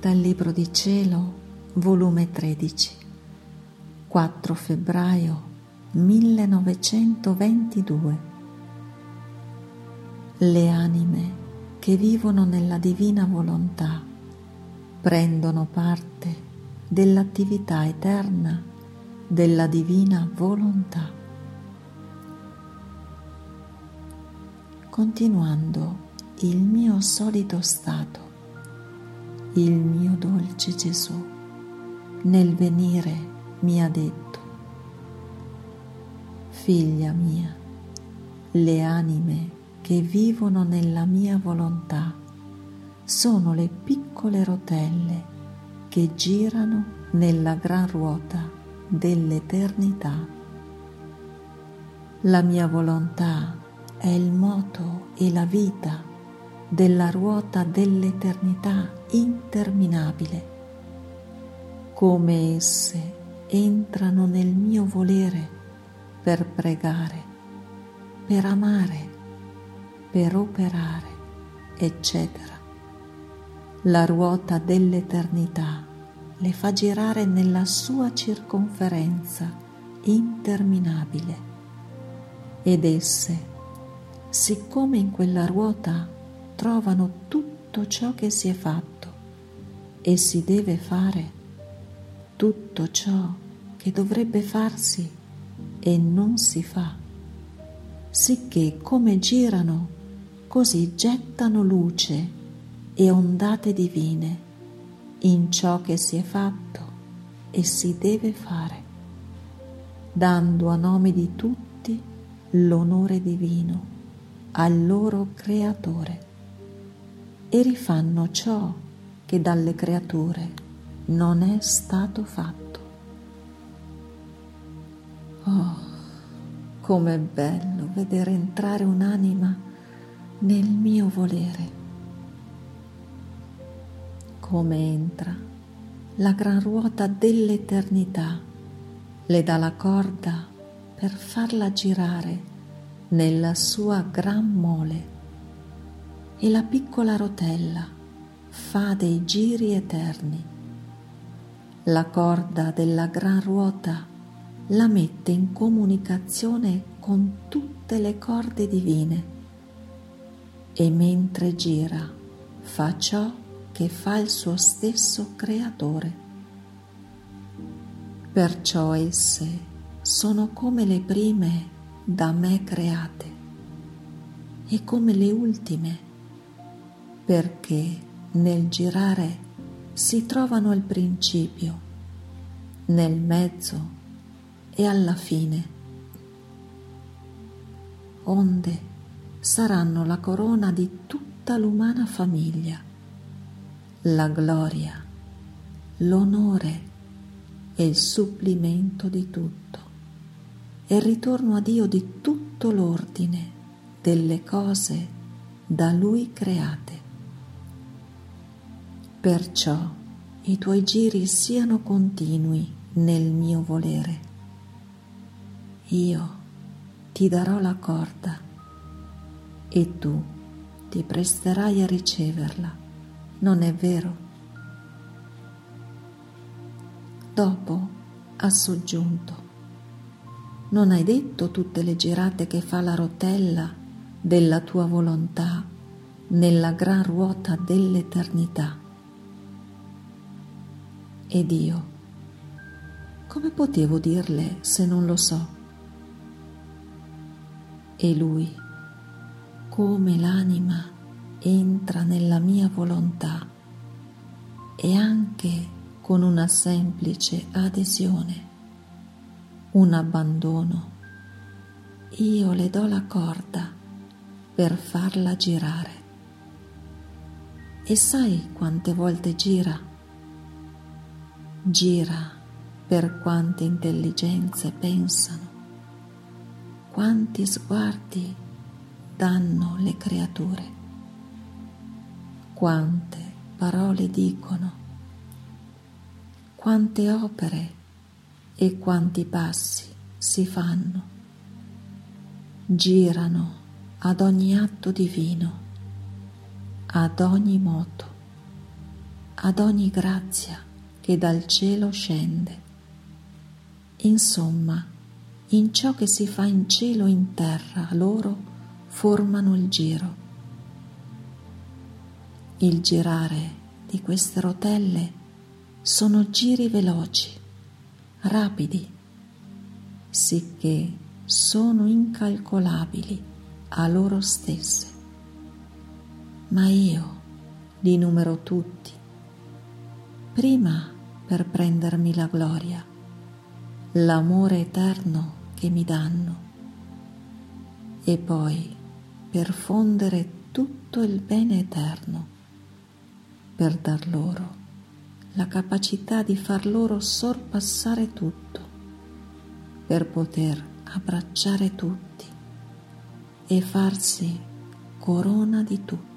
Dal Libro di Cielo, volume 13, 4 febbraio 1922. Le anime che vivono nella divina volontà prendono parte dell'attività eterna della divina volontà. Continuando il mio solito stato, il mio dolce Gesù nel venire mi ha detto: figlia mia, le anime che vivono nella mia volontà sono le piccole rotelle che girano nella gran ruota dell'eternità. La mia volontà è il moto e la vita della ruota dell'eternità interminabile. Come esse entrano nel mio volere per pregare, per amare, per operare, eccetera. La ruota dell'eternità le fa girare nella sua circonferenza interminabile ed esse, siccome in quella ruota trovano tutto ciò che si è fatto e si deve fare, tutto ciò che dovrebbe farsi e non si fa, sicché come girano, così gettano luce e ondate divine in ciò che si è fatto e si deve fare, dando a nome di tutti l'onore divino al loro Creatore, e rifanno ciò che dalle creature non è stato fatto. Oh, com'è bello vedere entrare un'anima nel mio volere. Come entra la gran ruota dell'eternità, le dà la corda per farla girare nella sua gran mole, e la piccola rotella fa dei giri eterni. La corda della gran ruota la mette in comunicazione con tutte le corde divine e mentre gira fa ciò che fa il suo stesso Creatore. Perciò esse sono come le prime da me create e come le ultime, perché nel girare si trovano al principio, nel mezzo e alla fine, onde saranno la corona di tutta l'umana famiglia, la gloria, l'onore e il supplimento di tutto, e il ritorno a Dio di tutto l'ordine delle cose da Lui create. Perciò i tuoi giri siano continui nel mio volere. Io ti darò la corda e tu ti presterai a riceverla, non è vero? Dopo ha soggiunto: non hai detto tutte le girate che fa la rotella della tua volontà nella gran ruota dell'eternità? Ed io, come potevo dirle se non lo so? E lui, come l'anima entra nella mia volontà e anche con una semplice adesione, un abbandono, io le do la corda per farla girare. E sai quante volte gira? Gira per quante intelligenze pensano, quanti sguardi danno le creature, quante parole dicono, quante opere e quanti passi si fanno. Girano ad ogni atto divino, ad ogni moto, ad ogni grazia che dal cielo scende. Insomma, in ciò che si fa in cielo e in terra, loro formano il giro. Il girare di queste rotelle sono giri veloci, rapidi, sicché sono incalcolabili a loro stesse. Ma io li numero tutti, prima per prendermi la gloria, l'amore eterno che mi danno, e poi per fondere tutto il bene eterno, per dar loro la capacità di far loro sorpassare tutto, per poter abbracciare tutti e farsi corona di tutti.